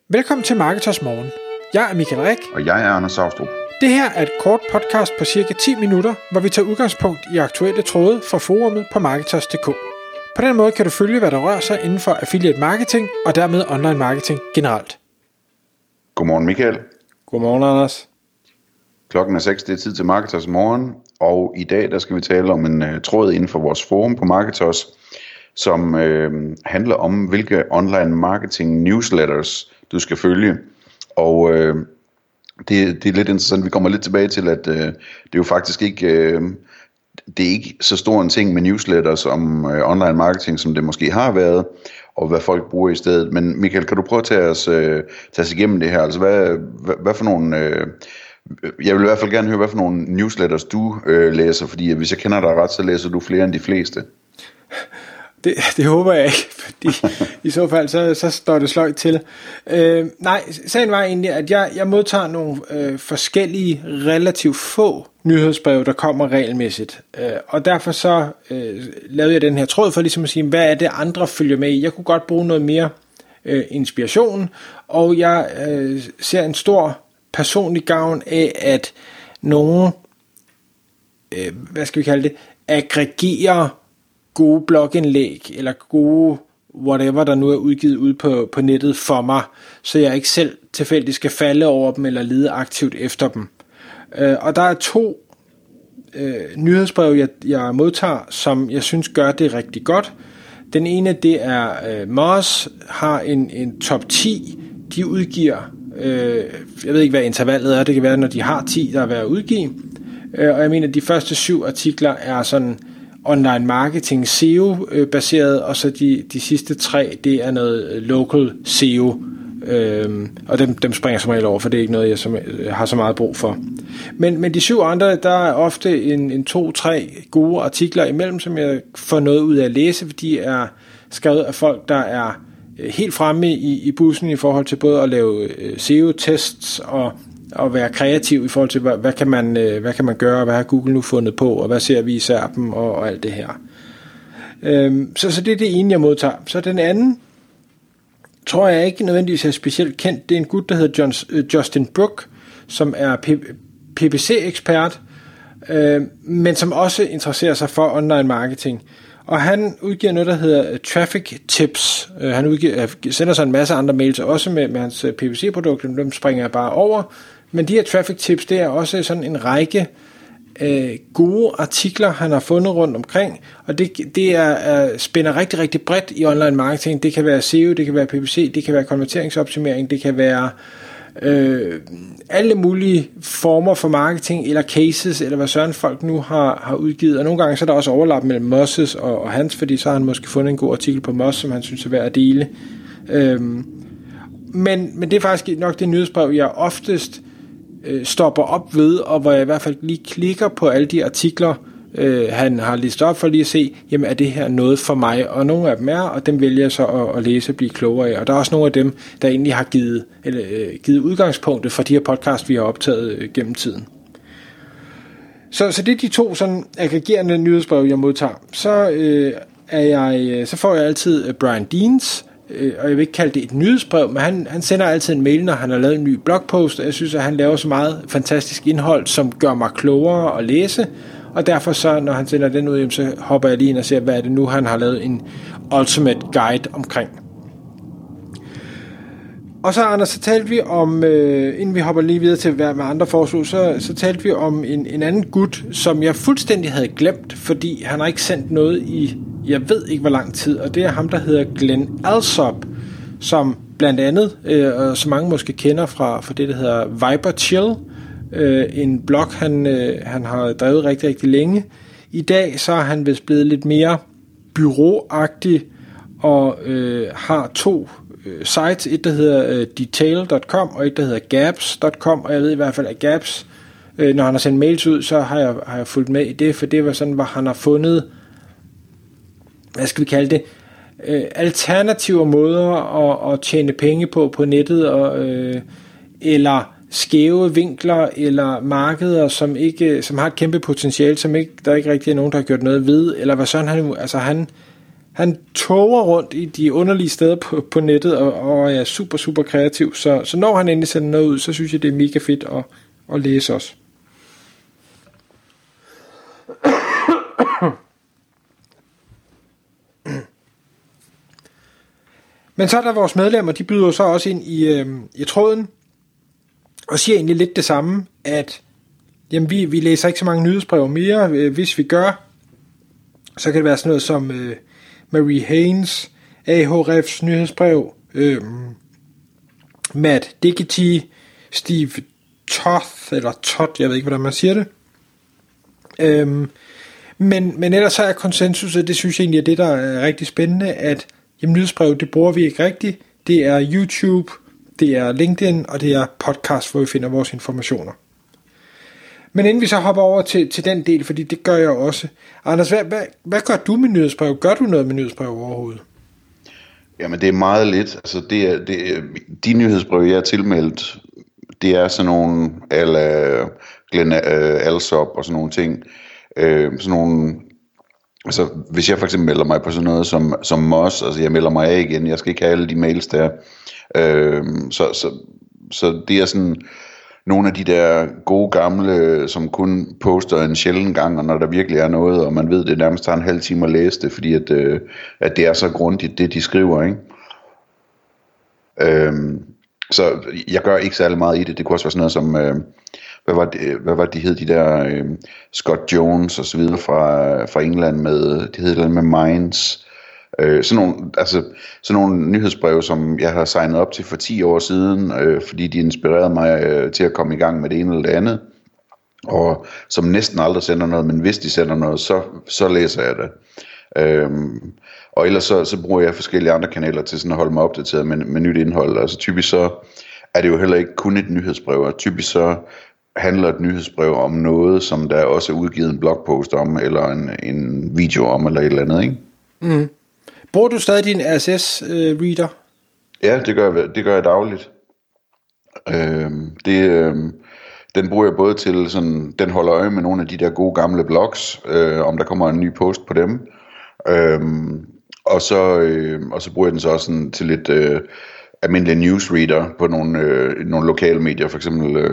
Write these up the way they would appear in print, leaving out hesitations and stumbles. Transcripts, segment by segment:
Velkommen til Marketers Morgen. Jeg er Michael Rik. Og jeg er Anders Saustrup. Det her er et kort podcast på cirka 10 minutter, hvor vi tager udgangspunkt i aktuelle tråde fra forumet på Marketers.dk. På den måde kan du følge, hvad der rører sig inden for affiliate marketing og dermed online marketing generelt. Godmorgen Michael. Godmorgen Anders. Klokken er 6, det er tid til Marketers Morgen, og i dag der skal vi tale om en tråd inden for vores forum på Marketers, som handler om, hvilke online marketing newsletters du skal følge. Og det er lidt interessant, vi kommer lidt tilbage til, at det er jo faktisk ikke, det er ikke så stor en ting med newsletters om online marketing, som det måske har været, og hvad folk bruger i stedet. Men Michael, kan du prøve at tage os igennem det her? Altså hvad for nogle... Jeg vil i hvert fald gerne høre, hvad for nogle newsletters du læser, fordi hvis jeg kender dig ret, så læser du flere end de fleste. Det håber jeg ikke, fordi i så fald så står det sløjt til. Nej, sagen var egentlig, at jeg modtager nogle forskellige, relativt få nyhedsbreve, der kommer regelmæssigt. Og derfor så lavede jeg den her tråd for ligesom at sige, hvad er det andre følger med i? Jeg kunne godt bruge noget mere inspiration, og jeg ser en stor personlig gavn af, at nogen, hvad skal vi kalde det, aggregerer gode blogindlæg, eller gode whatever, der nu er udgivet ud på nettet for mig, så jeg ikke selv tilfældigt skal falde over dem, eller lede aktivt efter dem. Og der er to nyhedsbreve, jeg modtager, som jeg synes gør det rigtig godt. Den ene, det er Moz, har en top 10, de udgiver, jeg ved ikke hvad intervallet er, det kan være når de har 10, der er værd at udgive, og jeg mener de første 7 artikler er sådan online marketing SEO baseret, og så de sidste 3, det er noget local SEO, og dem springer jeg som regel over, for det er ikke noget jeg har så meget brug for. Men de 7 andre, der er ofte en 2-3 gode artikler imellem, som jeg får noget ud af at læse, fordi de er skrevet af folk, der er helt fremme i bussen i forhold til både at lave SEO-tests og være kreativ i forhold til, hvad kan man gøre, og hvad har Google nu fundet på, og hvad ser vi især dem, og alt det her. Så det er det ene, jeg modtager. Så den anden, tror jeg ikke nødvendigvis er specielt kendt. Det er en gut, der hedder Justin Brook, som er PPC-ekspert, men som også interesserer sig for online marketing. Og han udgiver noget, der hedder Traffic Tips. Han sender så en masse andre mails, også med hans PPC-produkter, dem springer jeg bare over. Men de her Traffic Tips, det er også sådan en række gode artikler, han har fundet rundt omkring. Og det spænder rigtig, rigtig bredt i online marketing. Det kan være SEO, det kan være PPC, det kan være konverteringsoptimering, det kan være alle mulige former for marketing, eller cases, eller hvad søren folk nu har udgivet. Og nogle gange så er der også overlap mellem Moz's og hans, fordi så har han måske fundet en god artikel på Moz, som han synes er værd at dele. Men det er faktisk nok det nyhedsbrev, jeg oftest stopper op ved, og hvor jeg i hvert fald lige klikker på alle de artikler, han har listet op for lige at se, jamen er det her noget for mig, og nogle af dem er, og dem vælger jeg så at læse og blive klogere af, og der er også nogle af dem, der egentlig har givet udgangspunktet for de her podcast, vi har optaget gennem tiden. Så det er de 2 sådan aggregerende nyhedsbreve, jeg modtager. Så får jeg altid Brian Deans, og jeg vil ikke kalde det et nyhedsbrev, men han sender altid en mail, når han har lavet en ny blogpost, og jeg synes, at han laver så meget fantastisk indhold, som gør mig klogere at læse, og derfor så, når han sender den ud, så hopper jeg lige ind og ser, hvad er det nu, han har lavet en ultimate guide omkring. Og så, Anders, så talte vi om, inden vi hopper lige videre til hvad med andre forslag, så talte vi om en anden gut, som jeg fuldstændig havde glemt, fordi han har ikke sendt noget i, jeg ved ikke hvor lang tid, og det er ham, der hedder Glenn Alsop, som blandt andet, og så mange måske kender fra det, der hedder Viber Chill, en blog, han har drevet rigtig, rigtig længe. I dag så er han vist blevet lidt mere bureauagtig, og har 2 sites, et der hedder detail.com og et der hedder gaps.com, og jeg ved i hvert fald at Gaps, når han har sendt mails ud, så har jeg fulgt med i det, for det var sådan, hvor han har fundet, hvad skal vi kalde det, alternative måder at tjene penge på nettet, og, eller skæve vinkler, eller markeder, som har et kæmpe potentiale, der ikke rigtig er nogen, der har gjort noget ved, eller hvad sådan han han toger rundt i de underlige steder på nettet, og er super, super kreativ. Så når han endelig sender noget ud, så synes jeg, det er mega fedt at læse også. Men så er der vores medlemmer, de byder så også ind i tråden, og siger egentlig lidt det samme, at jamen, vi læser ikke så mange nyhedsbreve mere. Hvis vi gør, så kan det være sådan noget som Marie Haynes, Ahrefs nyhedsbrev, Matt Diggity, Steve Toth, jeg ved ikke, hvordan man siger det. Men ellers så er konsensus, og det synes jeg egentlig er det, der er rigtig spændende, at jamen, nyhedsbrev, det bruger vi ikke rigtigt. Det er YouTube, det er LinkedIn, og det er podcast, hvor vi finder vores informationer. Men inden vi så hopper over til den del, fordi det gør jeg også. Anders, hvad gør du med nyhedsbrev? Gør du noget med nyhedsbrev overhovedet? Jamen det er meget lidt. Altså de nyhedsbrev, jeg er tilmeldt, det er sådan nogle Glenn Alsop og sådan nogle ting. Sådan nogle, altså hvis jeg for eksempel melder mig på sådan noget som Moz, altså jeg melder mig af igen, jeg skal ikke have alle de mails der. Så det er sådan nogle af de der gode gamle, som kun poster en sjælden gang, og når der virkelig er noget, og man ved, det nærmest tager en halv time at læse det, fordi at det er så grundigt, det de skriver, ikke? Så jeg gør ikke særlig meget i det. Det kunne også være sådan noget som, hvad var det, de hed, de der Scott Jones og så videre fra England med, det hed noget med Minds. Sådan nogle nyhedsbreve, som jeg har signet op til for 10 år siden, fordi de inspirerede mig til at komme i gang med det ene eller det andet, og som næsten aldrig sender noget, men hvis de sender noget, så læser jeg det. Og ellers så bruger jeg forskellige andre kanaler til sådan at holde mig opdateret med nyt indhold. Altså typisk så er det jo heller ikke kun et nyhedsbrev, og typisk så handler et nyhedsbrev om noget, som der også er udgivet en blogpost om, eller en video om, eller et eller andet, ikke? Mm. Bruger du stadig din RSS-reader? Ja, det gør jeg dagligt. Den bruger jeg både til sådan, den holder øje med nogle af de der gode gamle blogs, om der kommer en ny post på dem. Og så bruger jeg den så også sådan til lidt almindelige newsreader på nogle lokale medier, for eksempel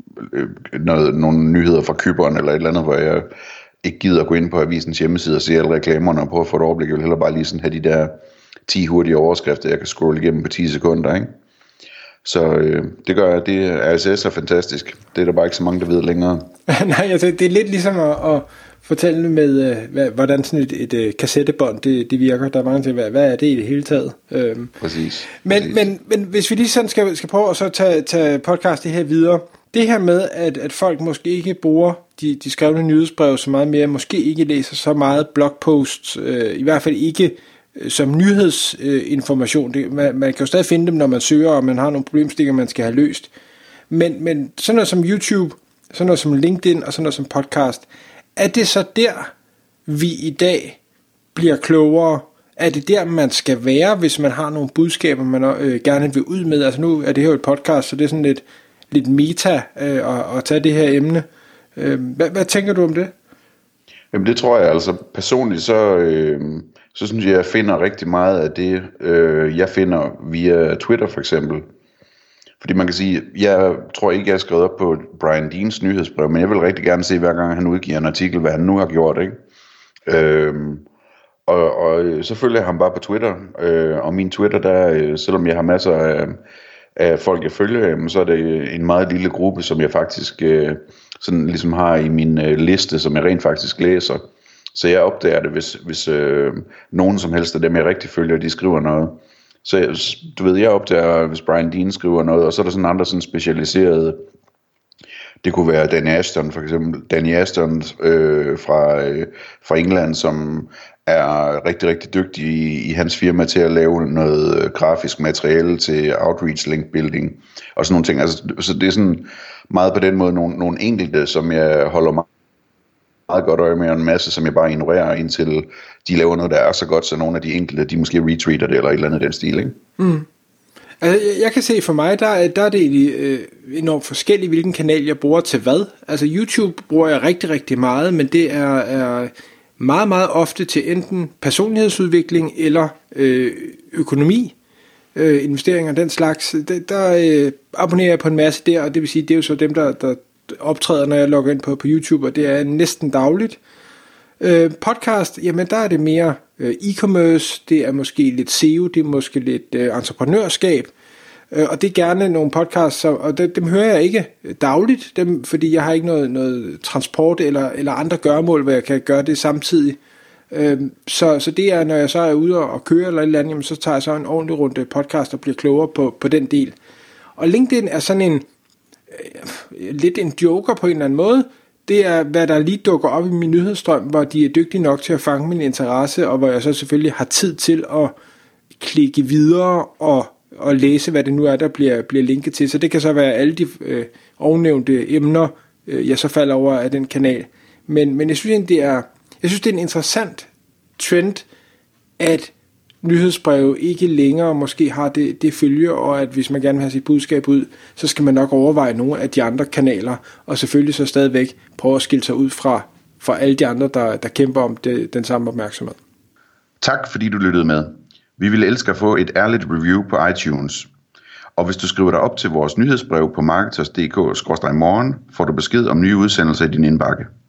nogle nyheder fra Cypern eller et eller andet, hvor jeg ikke gider at gå ind på avisens hjemmeside og se alle reklamerne og prøve at få et overblik. Jeg vil heller bare lige sådan have de der 10 hurtige overskrifter, jeg kan scrolle igennem på 10 sekunder, ikke? Så det gør jeg. RSS er fantastisk. Det er der bare ikke så mange, der ved længere. Nej, altså, det er lidt ligesom at fortælle med, hvordan sådan et kassettebånd det virker. Der er mange til, hvad er det i det hele taget? Præcis. Men hvis vi lige sådan skal prøve at så tage podcast det her videre. Det her med, at folk måske ikke bruger de skrevne nyhedsbreve så meget mere, måske ikke læser så meget blogposts, i hvert fald ikke som nyhedsinformation. Man kan jo stadig finde dem, når man søger, og man har nogle problemstillinger, man skal have løst. Men sådan noget som YouTube, sådan noget som LinkedIn og sådan noget som podcast, er det så der, vi i dag bliver klogere? Er det der, man skal være, hvis man har nogle budskaber, man gerne vil ud med? Altså nu er det her et podcast, så det er sådan lidt meta at tage det her emne. Hvad tænker du om det? Jamen det tror jeg altså. Personligt så synes jeg finder rigtig meget af det, jeg finder via Twitter for eksempel. Fordi man kan sige, jeg tror ikke, jeg har skrevet op på Brian Deans nyhedsbrev, men jeg vil rigtig gerne se, hver gang han udgiver en artikel, hvad han nu har gjort, ikke? Og så følger jeg ham bare på Twitter, og min Twitter, der, selvom jeg har masser af folk, jeg følger, så er det en meget lille gruppe, som jeg faktisk sådan ligesom har i min liste, som jeg rent faktisk læser. Så jeg opdager det, hvis nogen som helst af dem, jeg rigtig følger, de skriver noget. Så du ved, jeg opdager, hvis Brian Dean skriver noget, og så er der sådan andre sådan specialiserede. Det kunne være Danny Ashton for eksempel. Danny Ashton fra England, som er rigtig, rigtig dygtig i hans firma til at lave noget grafisk materiale til outreach link building og sådan nogle ting. Altså, så det er sådan meget på den måde nogle enkelte, som jeg holder meget godt øje med, og en masse, som jeg bare ignorerer, indtil de laver noget, der er så godt, så nogle af de enkelte, de måske retweeter det, eller et eller andet den stil, ikke? Mm. Altså, jeg kan se for mig, der er det enormt forskelligt, hvilken kanal jeg bruger til hvad. Altså YouTube bruger jeg rigtig, rigtig meget, men det er meget, meget ofte til enten personlighedsudvikling eller økonomi, investeringer og den slags. Der abonnerer jeg på en masse der, og det vil sige, det er jo så dem, der optræder, når jeg logger ind på YouTube, og det er næsten dagligt. Podcast, jamen der er det mere e-commerce, det er måske lidt SEO, det er måske lidt entreprenørskab, og det er gerne nogle podcasts, og dem hører jeg ikke dagligt, fordi jeg har ikke noget transport eller andre gøremål, hvor jeg kan gøre det samtidig. Så det er, når jeg så er ude og køre eller et eller andet, jamen, så tager jeg så en ordentlig runde podcast og bliver klogere på den del. Og LinkedIn er sådan lidt en joker på en eller anden måde. Det er, hvad der lige dukker op i min nyhedsstrøm, hvor de er dygtige nok til at fange min interesse, og hvor jeg så selvfølgelig har tid til at klikke videre og læse, hvad det nu er, der bliver linket til. Så det kan så være alle de ovennævnte emner, jeg så falder over af den kanal. Men jeg synes, det er en interessant trend, at nyhedsbreve ikke længere måske har det følge, og at hvis man gerne vil have sit budskab ud, så skal man nok overveje nogle af de andre kanaler, og selvfølgelig så stadigvæk prøve at skille sig ud fra alle de andre, der kæmper om den samme opmærksomhed. Tak fordi du lyttede med. Vi ville elske at få et ærligt review på iTunes. Og hvis du skriver dig op til vores nyhedsbrev på marketers.dk/morgen, får du besked om nye udsendelser i din indbakke.